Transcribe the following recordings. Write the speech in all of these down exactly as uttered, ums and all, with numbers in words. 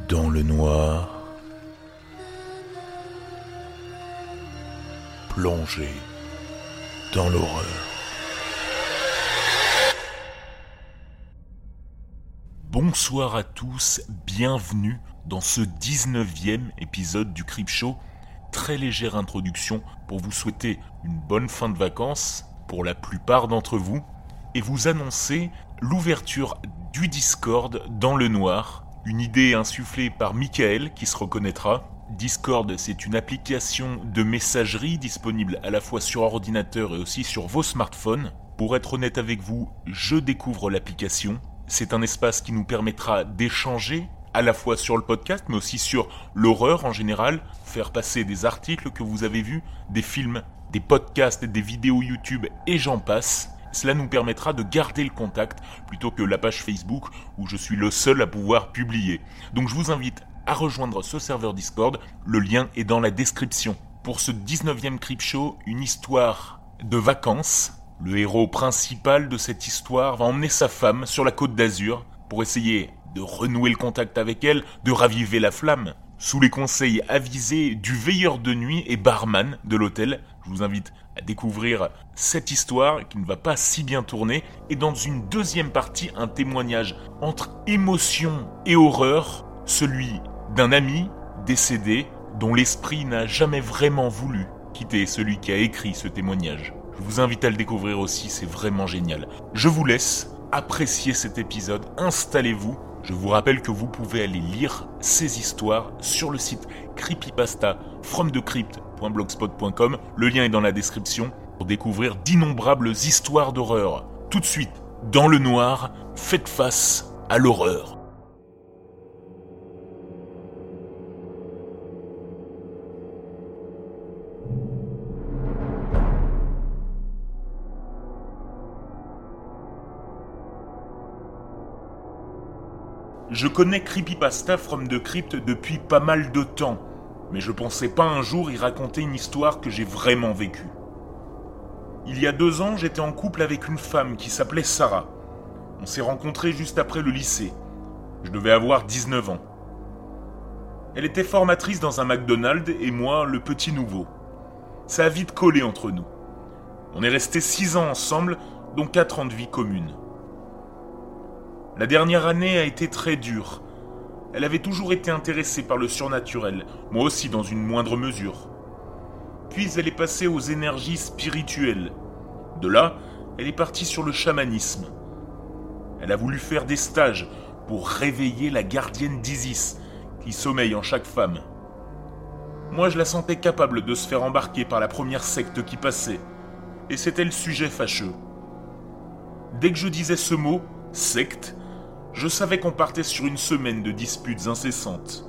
dans le noir, plongé dans l'horreur. Bonsoir à tous, bienvenue dans ce dix-neuvième épisode du Creepshow. Très légère introduction pour vous souhaiter une bonne fin de vacances pour la plupart d'entre vous et vous annoncer l'ouverture du Discord dans le noir, une idée insufflée par Michael qui se reconnaîtra. Discord, c'est une application de messagerie disponible à la fois sur ordinateur et aussi sur vos smartphones. Pour être honnête avec vous, je découvre l'application. C'est un espace qui nous permettra d'échanger à la fois sur le podcast, mais aussi sur l'horreur en général, faire passer des articles que vous avez vus, des films, des podcasts, des vidéos YouTube et j'en passe. Cela nous permettra de garder le contact plutôt que la page Facebook où je suis le seul à pouvoir publier. Donc je vous invite à rejoindre ce serveur Discord, le lien est dans la description. Pour ce dix-neuvième Creepshow, une histoire de vacances. Le héros principal de cette histoire va emmener sa femme sur la Côte d'Azur pour essayer de renouer le contact avec elle, de raviver la flamme. Sous les conseils avisés du veilleur de nuit et barman de l'hôtel, je vous invite à découvrir cette histoire qui ne va pas si bien tourner. Et dans une deuxième partie, un témoignage entre émotion et horreur, celui d'un ami décédé dont l'esprit n'a jamais vraiment voulu quitter celui qui a écrit ce témoignage. Je vous invite à le découvrir aussi, c'est vraiment génial. Je vous laisse apprécier cet épisode, installez-vous. Je vous rappelle que vous pouvez aller lire ces histoires sur le site creepypasta from the crypt point blogspot point com. Le lien est dans la description pour découvrir d'innombrables histoires d'horreur. Tout de suite, dans le noir, faites face à l'horreur. Je connais Creepypasta from the Crypt depuis pas mal de temps, mais je pensais pas un jour y raconter une histoire que j'ai vraiment vécue. Il y a deux ans, j'étais en couple avec une femme qui s'appelait Sarah. On s'est rencontrés juste après le lycée. Je devais avoir dix-neuf ans. Elle était formatrice dans un McDonald's et moi, le petit nouveau. Ça a vite collé entre nous. On est restés six ans ensemble, dont quatre ans de vie commune. La dernière année a été très dure. Elle avait toujours été intéressée par le surnaturel, moi aussi dans une moindre mesure. Puis elle est passée aux énergies spirituelles. De là, elle est partie sur le chamanisme. Elle a voulu faire des stages pour réveiller la gardienne d'Isis, qui sommeille en chaque femme. Moi, je la sentais capable de se faire embarquer par la première secte qui passait, et c'était le sujet fâcheux. Dès que je disais ce mot, secte, je savais qu'on partait sur une semaine de disputes incessantes.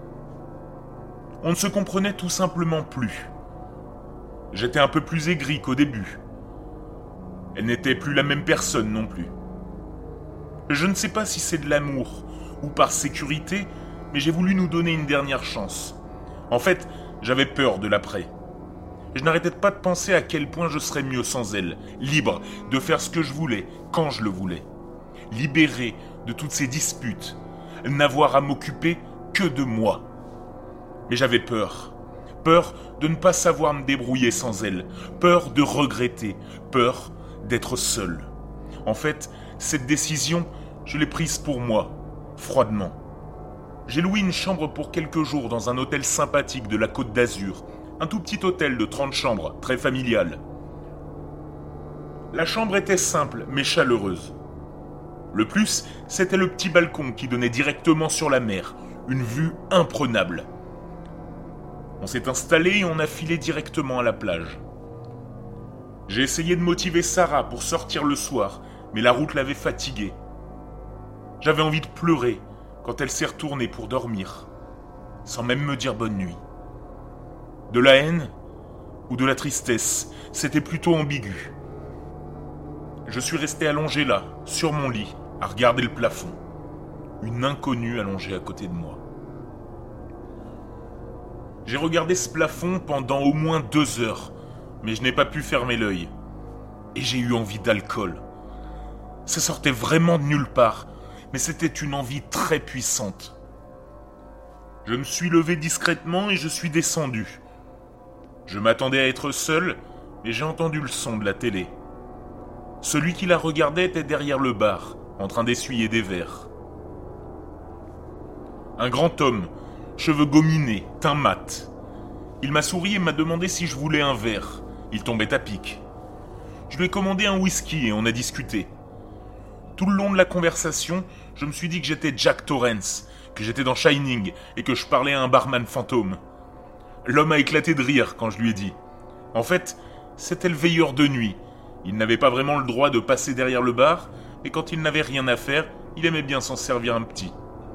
On ne se comprenait tout simplement plus. J'étais un peu plus aigri qu'au début. Elle n'était plus la même personne non plus. Je ne sais pas si c'est de l'amour ou par sécurité, mais j'ai voulu nous donner une dernière chance. En fait, j'avais peur de l'après. Je n'arrêtais pas de penser à quel point je serais mieux sans elle, libre de faire ce que je voulais, quand je le voulais. Libéré de toutes ces disputes, n'avoir à m'occuper que de moi. Mais j'avais peur. Peur de ne pas savoir me débrouiller sans elle. Peur de regretter. Peur d'être seul. En fait, cette décision, je l'ai prise pour moi, froidement. J'ai loué une chambre pour quelques jours dans un hôtel sympathique de la Côte d'Azur. Un tout petit hôtel de trente chambres, très familial. La chambre était simple, mais chaleureuse. Le plus, c'était le petit balcon qui donnait directement sur la mer, une vue imprenable. On s'est installé et on a filé directement à la plage. J'ai essayé de motiver Sarah pour sortir le soir, mais la route l'avait fatiguée. J'avais envie de pleurer quand elle s'est retournée pour dormir, sans même me dire bonne nuit. De la haine ou de la tristesse, c'était plutôt ambigu. Je suis resté allongé là, sur mon lit, à regarder le plafond. Une inconnue allongée à côté de moi. J'ai regardé ce plafond pendant au moins deux heures, mais je n'ai pas pu fermer l'œil. Et j'ai eu envie d'alcool. Ça sortait vraiment de nulle part, mais c'était une envie très puissante. Je me suis levé discrètement et je suis descendu. Je m'attendais à être seul, mais j'ai entendu le son de la télé. Celui qui la regardait était derrière le bar, en train d'essuyer des verres. Un grand homme, cheveux gominés, teint mat. Il m'a souri et m'a demandé si je voulais un verre. Il tombait à pic. Je lui ai commandé un whisky et on a discuté. Tout le long de la conversation, je me suis dit que j'étais Jack Torrance, que j'étais dans Shining et que je parlais à un barman fantôme. L'homme a éclaté de rire quand je lui ai dit. En fait, c'était le veilleur de nuit. Il n'avait pas vraiment le droit de passer derrière le bar, et quand il n'avait rien à faire, il aimait bien s'en servir un petit.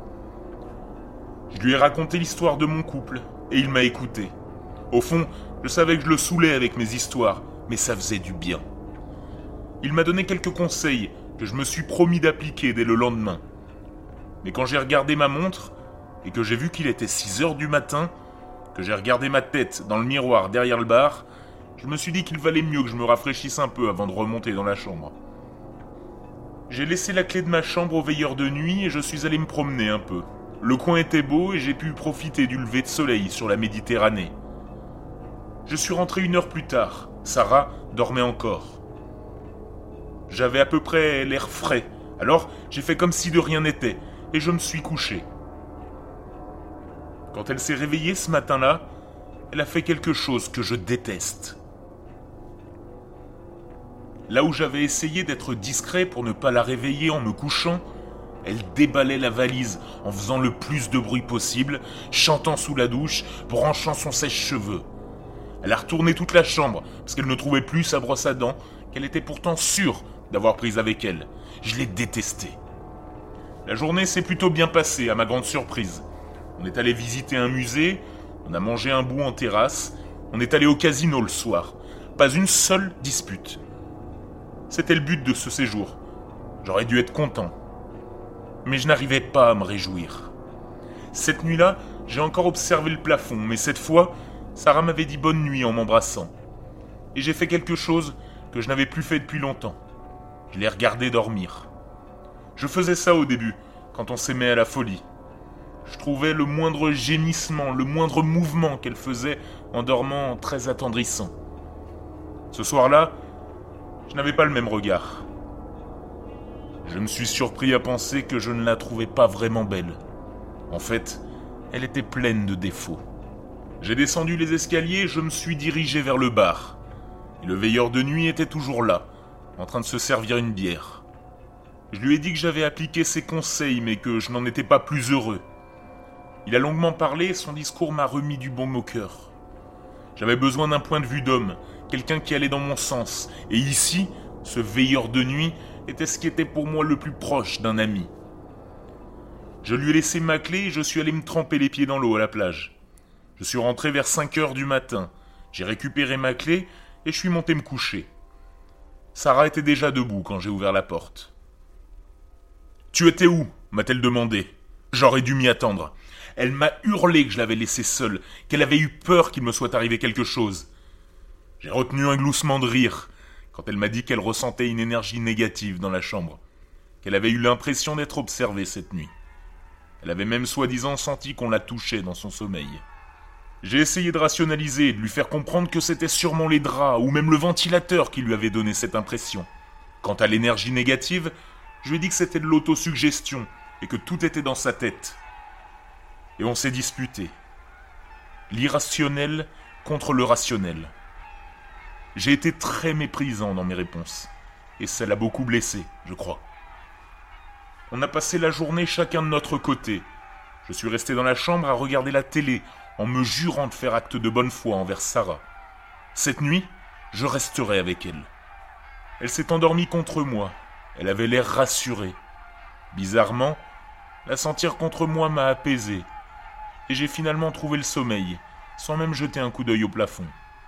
Je lui ai raconté l'histoire de mon couple, et il m'a écouté. Au fond, je savais que je le saoulais avec mes histoires, mais ça faisait du bien. Il m'a donné quelques conseils que je me suis promis d'appliquer dès le lendemain. Mais quand j'ai regardé ma montre, et que j'ai vu qu'il était six heures du matin, que j'ai regardé ma tête dans le miroir derrière le bar, je me suis dit qu'il valait mieux que je me rafraîchisse un peu avant de remonter dans la chambre. J'ai laissé la clé de ma chambre au veilleur de nuit et je suis allé me promener un peu. Le coin était beau et j'ai pu profiter du lever de soleil sur la Méditerranée. Je suis rentré une heure plus tard. Sarah dormait encore. J'avais à peu près l'air frais, alors j'ai fait comme si de rien n'était et je me suis couché. Quand elle s'est réveillée ce matin-là, elle a fait quelque chose que je déteste. Là où j'avais essayé d'être discret pour ne pas la réveiller en me couchant, elle déballait la valise en faisant le plus de bruit possible, chantant sous la douche, branchant son sèche-cheveux. Elle a retourné toute la chambre parce qu'elle ne trouvait plus sa brosse à dents, qu'elle était pourtant sûre d'avoir prise avec elle. Je l'ai détestée. La journée s'est plutôt bien passée, à ma grande surprise. On est allé visiter un musée, on a mangé un bout en terrasse, on est allé au casino le soir. Pas une seule dispute. C'était le but de ce séjour. J'aurais dû être content. Mais je n'arrivais pas à me réjouir. Cette nuit-là, j'ai encore observé le plafond, mais cette fois, Sarah m'avait dit bonne nuit en m'embrassant. Et j'ai fait quelque chose que je n'avais plus fait depuis longtemps. Je l'ai regardée dormir. Je faisais ça au début, quand on s'aimait à la folie. Je trouvais le moindre gémissement, le moindre mouvement qu'elle faisait en dormant très attendrissant. Ce soir-là, je n'avais pas le même regard. Je me suis surpris à penser que je ne la trouvais pas vraiment belle. En fait, elle était pleine de défauts. J'ai descendu les escaliers et je me suis dirigé vers le bar. Et le veilleur de nuit était toujours là, en train de se servir une bière. Je lui ai dit que j'avais appliqué ses conseils, mais que je n'en étais pas plus heureux. Il a longuement parlé et son discours m'a remis du baume au cœur. J'avais besoin d'un point de vue d'homme, quelqu'un qui allait dans mon sens. Et ici, ce veilleur de nuit était ce qui était pour moi le plus proche d'un ami. Je lui ai laissé ma clé et je suis allé me tremper les pieds dans l'eau à la plage. Je suis rentré vers cinq heures du matin. J'ai récupéré ma clé et je suis monté me coucher. Sarah était déjà debout quand j'ai ouvert la porte. « Tu étais où ?» m'a-t-elle demandé. J'aurais dû m'y attendre. Elle m'a hurlé que je l'avais laissée seule, qu'elle avait eu peur qu'il me soit arrivé quelque chose. J'ai retenu un gloussement de rire quand elle m'a dit qu'elle ressentait une énergie négative dans la chambre, qu'elle avait eu l'impression d'être observée cette nuit. Elle avait même soi-disant senti qu'on la touchait dans son sommeil. J'ai essayé de rationaliser et de lui faire comprendre que c'était sûrement les draps ou même le ventilateur qui lui avait donné cette impression. Quant à l'énergie négative, je lui ai dit que c'était de l'autosuggestion et que tout était dans sa tête. Et on s'est disputé. L'irrationnel contre le rationnel. J'ai été très méprisant dans mes réponses. Et ça l'a beaucoup blessé, je crois. On a passé la journée chacun de notre côté. Je suis resté dans la chambre à regarder la télé, en me jurant de faire acte de bonne foi envers Sarah. Cette nuit, je resterai avec elle. Elle s'est endormie contre moi. Elle avait l'air rassurée. Bizarrement, la sentir contre moi m'a apaisé. Et j'ai finalement trouvé le sommeil, sans même jeter un coup d'œil au plafond.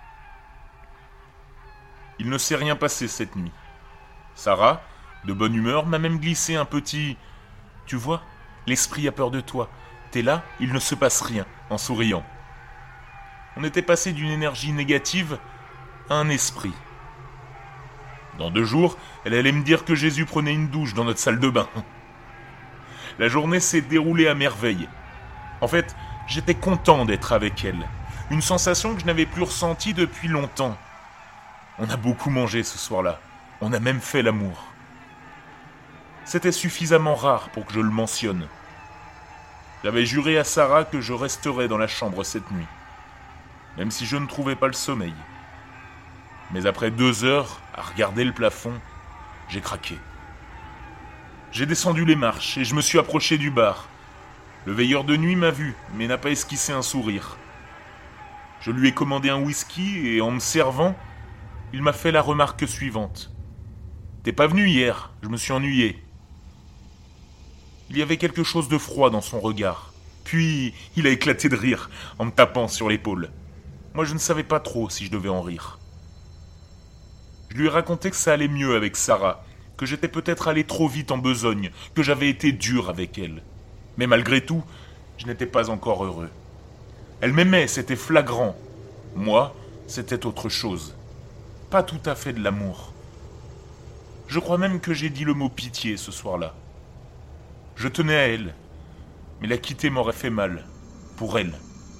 Il ne s'est rien passé cette nuit. Sarah, de bonne humeur, m'a même glissé un petit « Tu vois, l'esprit a peur de toi. T'es là, il ne se passe rien », en souriant. On était passé d'une énergie négative à un esprit. Dans deux jours, elle allait me dire que Jésus prenait une douche dans notre salle de bain. La journée s'est déroulée à merveille. En fait, J'étais content d'être avec elle, une sensation que je n'avais plus ressentie depuis longtemps. On a beaucoup mangé ce soir-là, on a même fait l'amour. C'était suffisamment rare pour que je le mentionne. J'avais juré à Sarah que je resterais dans la chambre cette nuit, même si je ne trouvais pas le sommeil. Mais après deux heures à regarder le plafond, j'ai craqué. J'ai descendu les marches et je me suis approché du bar. Le veilleur de nuit m'a vu, mais n'a pas esquissé un sourire. Je lui ai commandé un whisky et en me servant, il m'a fait la remarque suivante. « T'es pas venu hier, je me suis ennuyé. » Il y avait quelque chose de froid dans son regard. Puis, il a éclaté de rire en me tapant sur l'épaule. Moi, je ne savais pas trop si je devais en rire. Je lui ai raconté que ça allait mieux avec Sarah, que j'étais peut-être allé trop vite en besogne, que j'avais été dur avec elle. Mais malgré tout, je n'étais pas encore heureux. Elle m'aimait, c'était flagrant. Moi, c'était autre chose. Pas tout à fait de l'amour. Je crois même que j'ai dit le mot pitié ce soir-là. Je tenais à elle, mais la quitter m'aurait fait mal, pour elle.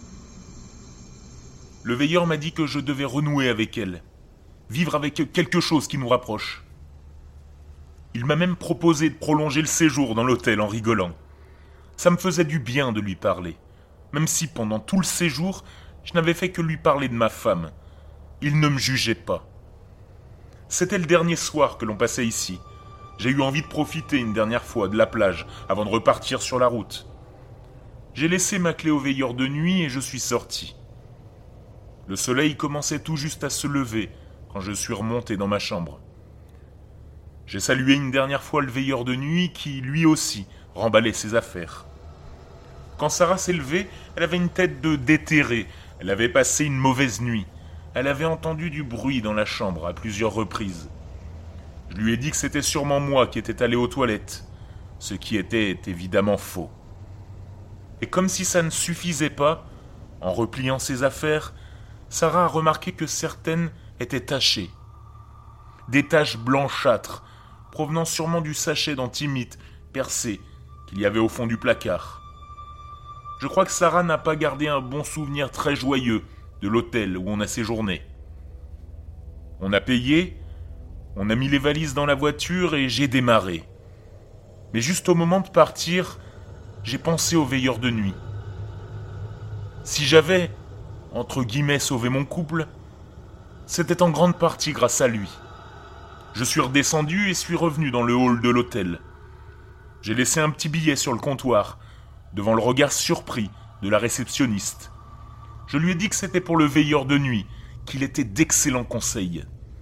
Le veilleur m'a dit que je devais renouer avec elle, vivre avec quelque chose qui nous rapproche. Il m'a même proposé de prolonger le séjour dans l'hôtel en rigolant. Ça me faisait du bien de lui parler, même si pendant tout le séjour, je n'avais fait que lui parler de ma femme. Il ne me jugeait pas. C'était le dernier soir que l'on passait ici. J'ai eu envie de profiter une dernière fois de la plage avant de repartir sur la route. J'ai laissé ma clé au veilleur de nuit et je suis sorti. Le soleil commençait tout juste à se lever quand je suis remonté dans ma chambre. J'ai salué une dernière fois le veilleur de nuit qui, lui aussi, remballait ses affaires. Quand Sarah s'est levée, elle avait une tête de déterrée. Elle avait passé une mauvaise nuit. Elle avait entendu du bruit dans la chambre à plusieurs reprises. Je lui ai dit que c'était sûrement moi qui étais allé aux toilettes, ce qui était évidemment faux. Et comme si ça ne suffisait pas, en repliant ses affaires, Sarah a remarqué que certaines étaient tachées. Des taches blanchâtres, provenant sûrement du sachet d'antimite percé qu'il y avait au fond du placard. Je crois que Sarah n'a pas gardé un bon souvenir très joyeux de l'hôtel où on a séjourné. On a payé, on a mis les valises dans la voiture et j'ai démarré. Mais juste au moment de partir, j'ai pensé au veilleur de nuit. Si j'avais, entre guillemets, sauvé mon couple, c'était en grande partie grâce à lui. Je suis redescendu et suis revenu dans le hall de l'hôtel. J'ai laissé un petit billet sur le comptoir, devant le regard surpris de la réceptionniste. Je lui ai dit que c'était pour le veilleur de nuit, qu'il était d'excellents conseils.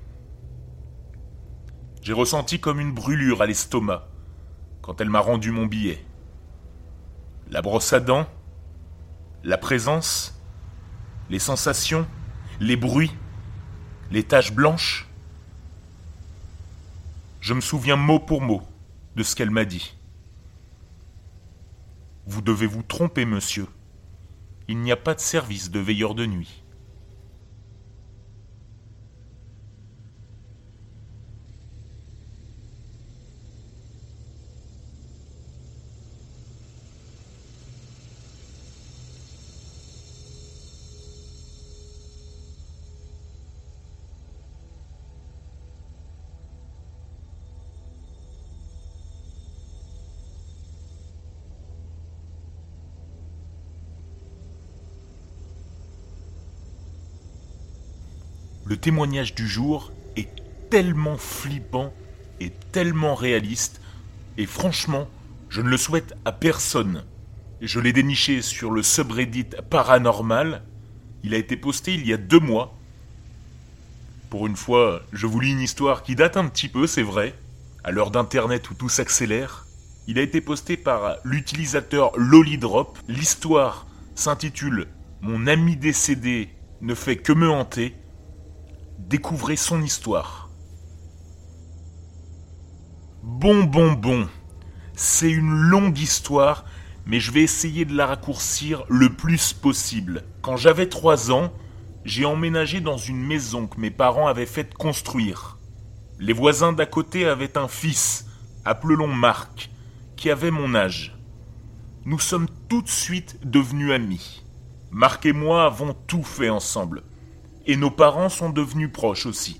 J'ai ressenti comme une brûlure à l'estomac quand elle m'a rendu mon billet. La brosse à dents, la présence, les sensations, les bruits, les taches blanches. Je me souviens mot pour mot de ce qu'elle m'a dit. Vous devez vous tromper, monsieur. Il n'y a pas de service de veilleur de nuit. Le témoignage du jour est tellement flippant et tellement réaliste, et franchement, je ne le souhaite à personne. Je l'ai déniché sur le subreddit paranormal. Il a été posté il y a deux mois. Pour une fois, je vous lis une histoire qui date un petit peu, c'est vrai, à l'heure d'internet où tout s'accélère. Il a été posté par l'utilisateur Lolidrop. L'histoire s'intitule « Mon ami décédé ne fait que me hanter ». Découvrez son histoire. Bon, bon, bon. C'est une longue histoire, mais je vais essayer de la raccourcir le plus possible. Quand j'avais trois ans, j'ai emménagé dans une maison que mes parents avaient fait construire. Les voisins d'à côté avaient un fils, appelons Marc, qui avait mon âge. Nous sommes tout de suite devenus amis. Marc et moi avons tout fait ensemble. Et nos parents sont devenus proches aussi.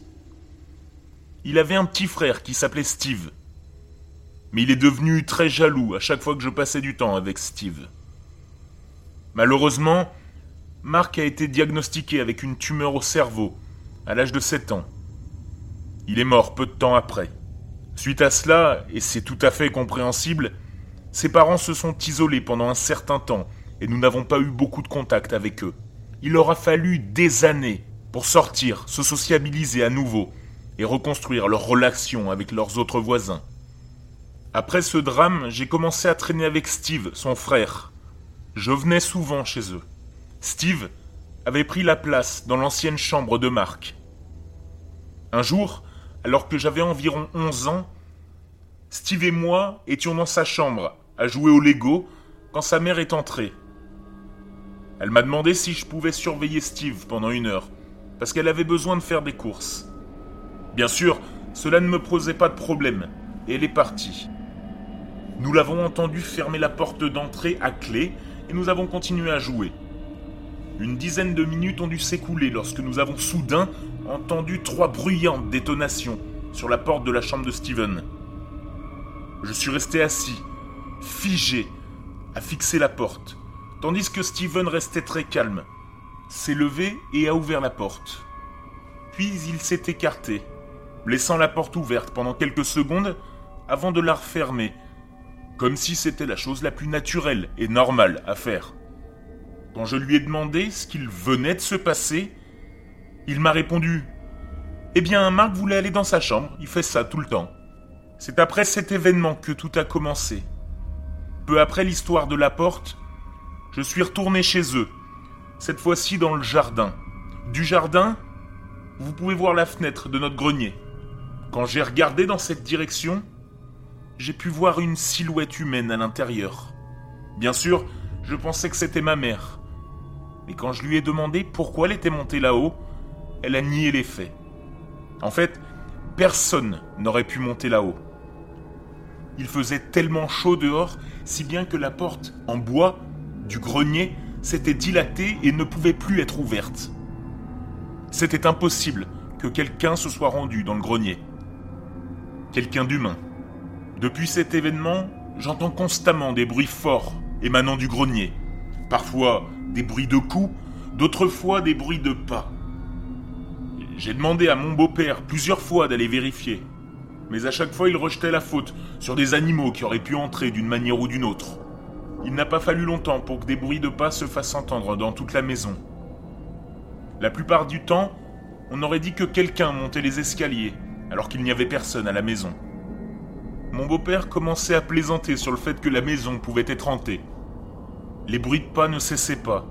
Il avait un petit frère qui s'appelait Steve. Mais il est devenu très jaloux à chaque fois que je passais du temps avec Steve. Malheureusement, Marc a été diagnostiqué avec une tumeur au cerveau à l'âge de sept ans. Il est mort peu de temps après. Suite à cela, et c'est tout à fait compréhensible, ses parents se sont isolés pendant un certain temps et nous n'avons pas eu beaucoup de contact avec eux. Il leur a fallu des années pour sortir, se sociabiliser à nouveau et reconstruire leurs relations avec leurs autres voisins. Après ce drame, j'ai commencé à traîner avec Steve, son frère. Je venais souvent chez eux. Steve avait pris la place dans l'ancienne chambre de Marc. Un jour, alors que j'avais environ onze ans, Steve et moi étions dans sa chambre à jouer au Lego quand sa mère est entrée. Elle m'a demandé si je pouvais surveiller Steve pendant une heure, parce qu'elle avait besoin de faire des courses. Bien sûr, cela ne me posait pas de problème, et elle est partie. Nous l'avons entendu fermer la porte d'entrée à clé, et nous avons continué à jouer. Une dizaine de minutes ont dû s'écouler lorsque nous avons soudain entendu trois bruyantes détonations sur la porte de la chambre de Steven. Je suis resté assis, figé, à fixer la porte, tandis que Steven restait très calme, s'est levé et a ouvert la porte. Puis il s'est écarté, laissant la porte ouverte pendant quelques secondes avant de la refermer, comme si c'était la chose la plus naturelle et normale à faire. Quand je lui ai demandé ce qu'il venait de se passer, il m'a répondu « Eh bien, Marc voulait aller dans sa chambre, il fait ça tout le temps. » C'est après cet événement que tout a commencé. Peu après l'histoire de la porte, je suis retourné chez eux, cette fois-ci dans le jardin. Du jardin, vous pouvez voir la fenêtre de notre grenier. Quand j'ai regardé dans cette direction, j'ai pu voir une silhouette humaine à l'intérieur. Bien sûr, je pensais que c'était ma mère. Mais quand je lui ai demandé pourquoi elle était montée là-haut, elle a nié les faits. En fait, personne n'aurait pu monter là-haut. Il faisait tellement chaud dehors, si bien que la porte en bois du grenier s'était dilatée et ne pouvait plus être ouverte. C'était impossible que quelqu'un se soit rendu dans le grenier. Quelqu'un d'humain. Depuis cet événement, j'entends constamment des bruits forts émanant du grenier. Parfois des bruits de coups, d'autres fois des bruits de pas. J'ai demandé à mon beau-père plusieurs fois d'aller vérifier, mais à chaque fois il rejetait la faute sur des animaux qui auraient pu entrer d'une manière ou d'une autre. Il n'a pas fallu longtemps pour que des bruits de pas se fassent entendre dans toute la maison. La plupart du temps, on aurait dit que quelqu'un montait les escaliers, alors qu'il n'y avait personne à la maison. Mon beau-père commençait à plaisanter sur le fait que la maison pouvait être hantée. Les bruits de pas ne cessaient pas.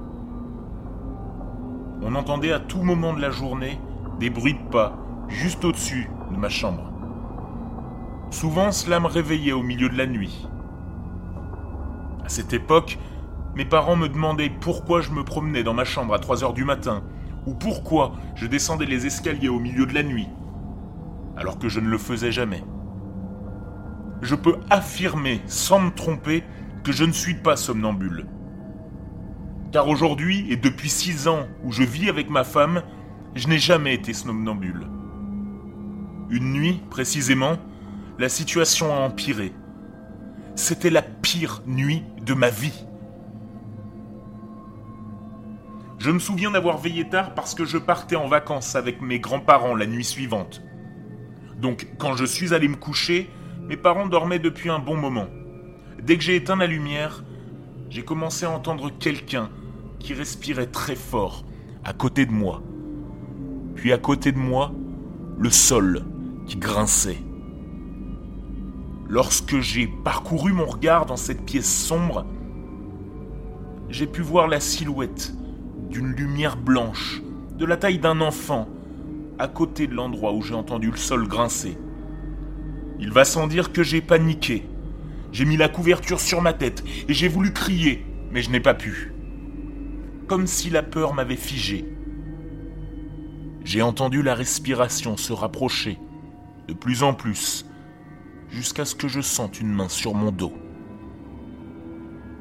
On entendait à tout moment de la journée des bruits de pas juste au-dessus de ma chambre. Souvent, cela me réveillait au milieu de la nuit. À cette époque, mes parents me demandaient pourquoi je me promenais dans ma chambre à trois heures du matin, ou pourquoi je descendais les escaliers au milieu de la nuit, alors que je ne le faisais jamais. Je peux affirmer, sans me tromper, que je ne suis pas somnambule. Car aujourd'hui, et depuis six ans où je vis avec ma femme, je n'ai jamais été somnambule. Une nuit, précisément, la situation a empiré. C'était la pire nuit de ma vie. Je me souviens d'avoir veillé tard parce que je partais en vacances avec mes grands-parents la nuit suivante. Donc, quand je suis allé me coucher, mes parents dormaient depuis un bon moment. Dès que j'ai éteint la lumière, j'ai commencé à entendre quelqu'un qui respirait très fort à côté de moi. Puis à côté de moi, le sol qui grinçait. Lorsque j'ai parcouru mon regard dans cette pièce sombre, j'ai pu voir la silhouette d'une lumière blanche, de la taille d'un enfant, à côté de l'endroit où j'ai entendu le sol grincer. Il va sans dire que j'ai paniqué. J'ai mis la couverture sur ma tête et j'ai voulu crier, mais je n'ai pas pu. Comme si la peur m'avait figé. J'ai entendu la respiration se rapprocher, de plus en plus, jusqu'à ce que je sente une main sur mon dos.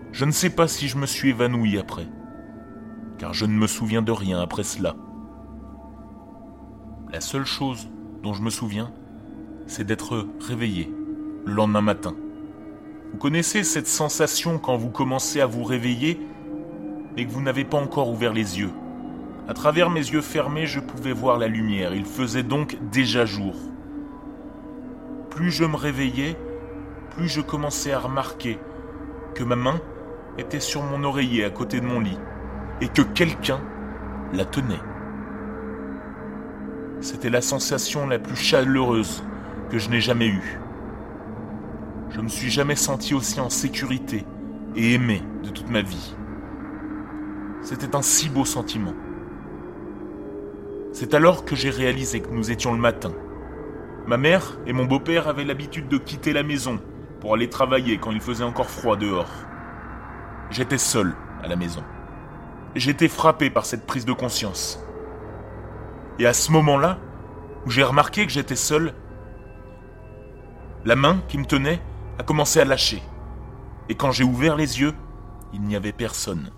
Je ne sais pas si je me suis évanoui après, car je ne me souviens de rien après cela. La seule chose dont je me souviens, c'est d'être réveillé le lendemain matin. Vous connaissez cette sensation quand vous commencez à vous réveiller et que vous n'avez pas encore ouvert les yeux. À travers mes yeux fermés, je pouvais voir la lumière. Il faisait donc déjà jour. Plus je me réveillais, plus je commençais à remarquer que ma main était sur mon oreiller à côté de mon lit et que quelqu'un la tenait. C'était la sensation la plus chaleureuse que je n'ai jamais eue. Je me suis jamais senti aussi en sécurité et aimé de toute ma vie. C'était un si beau sentiment. C'est alors que j'ai réalisé que nous étions le matin. Ma mère et mon beau-père avaient l'habitude de quitter la maison pour aller travailler quand il faisait encore froid dehors. J'étais seul à la maison. J'étais frappé par cette prise de conscience. Et à ce moment-là, où j'ai remarqué que j'étais seul, la main qui me tenait a commencé à lâcher. Et quand j'ai ouvert les yeux, il n'y avait personne.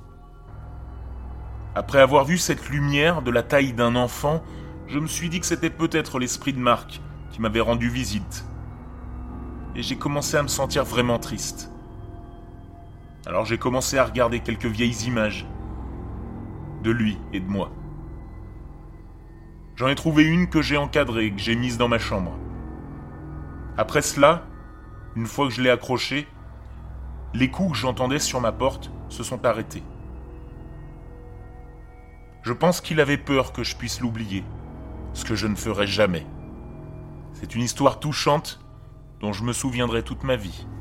Après avoir vu cette lumière de la taille d'un enfant, je me suis dit que c'était peut-être l'esprit de Marc qui m'avait rendu visite. Et j'ai commencé à me sentir vraiment triste. Alors j'ai commencé à regarder quelques vieilles images de lui et de moi. J'en ai trouvé une que j'ai encadrée et que j'ai mise dans ma chambre. Après cela, une fois que je l'ai accrochée, les coups que j'entendais sur ma porte se sont arrêtés. Je pense qu'il avait peur que je puisse l'oublier, ce que je ne ferai jamais. C'est une histoire touchante dont je me souviendrai toute ma vie.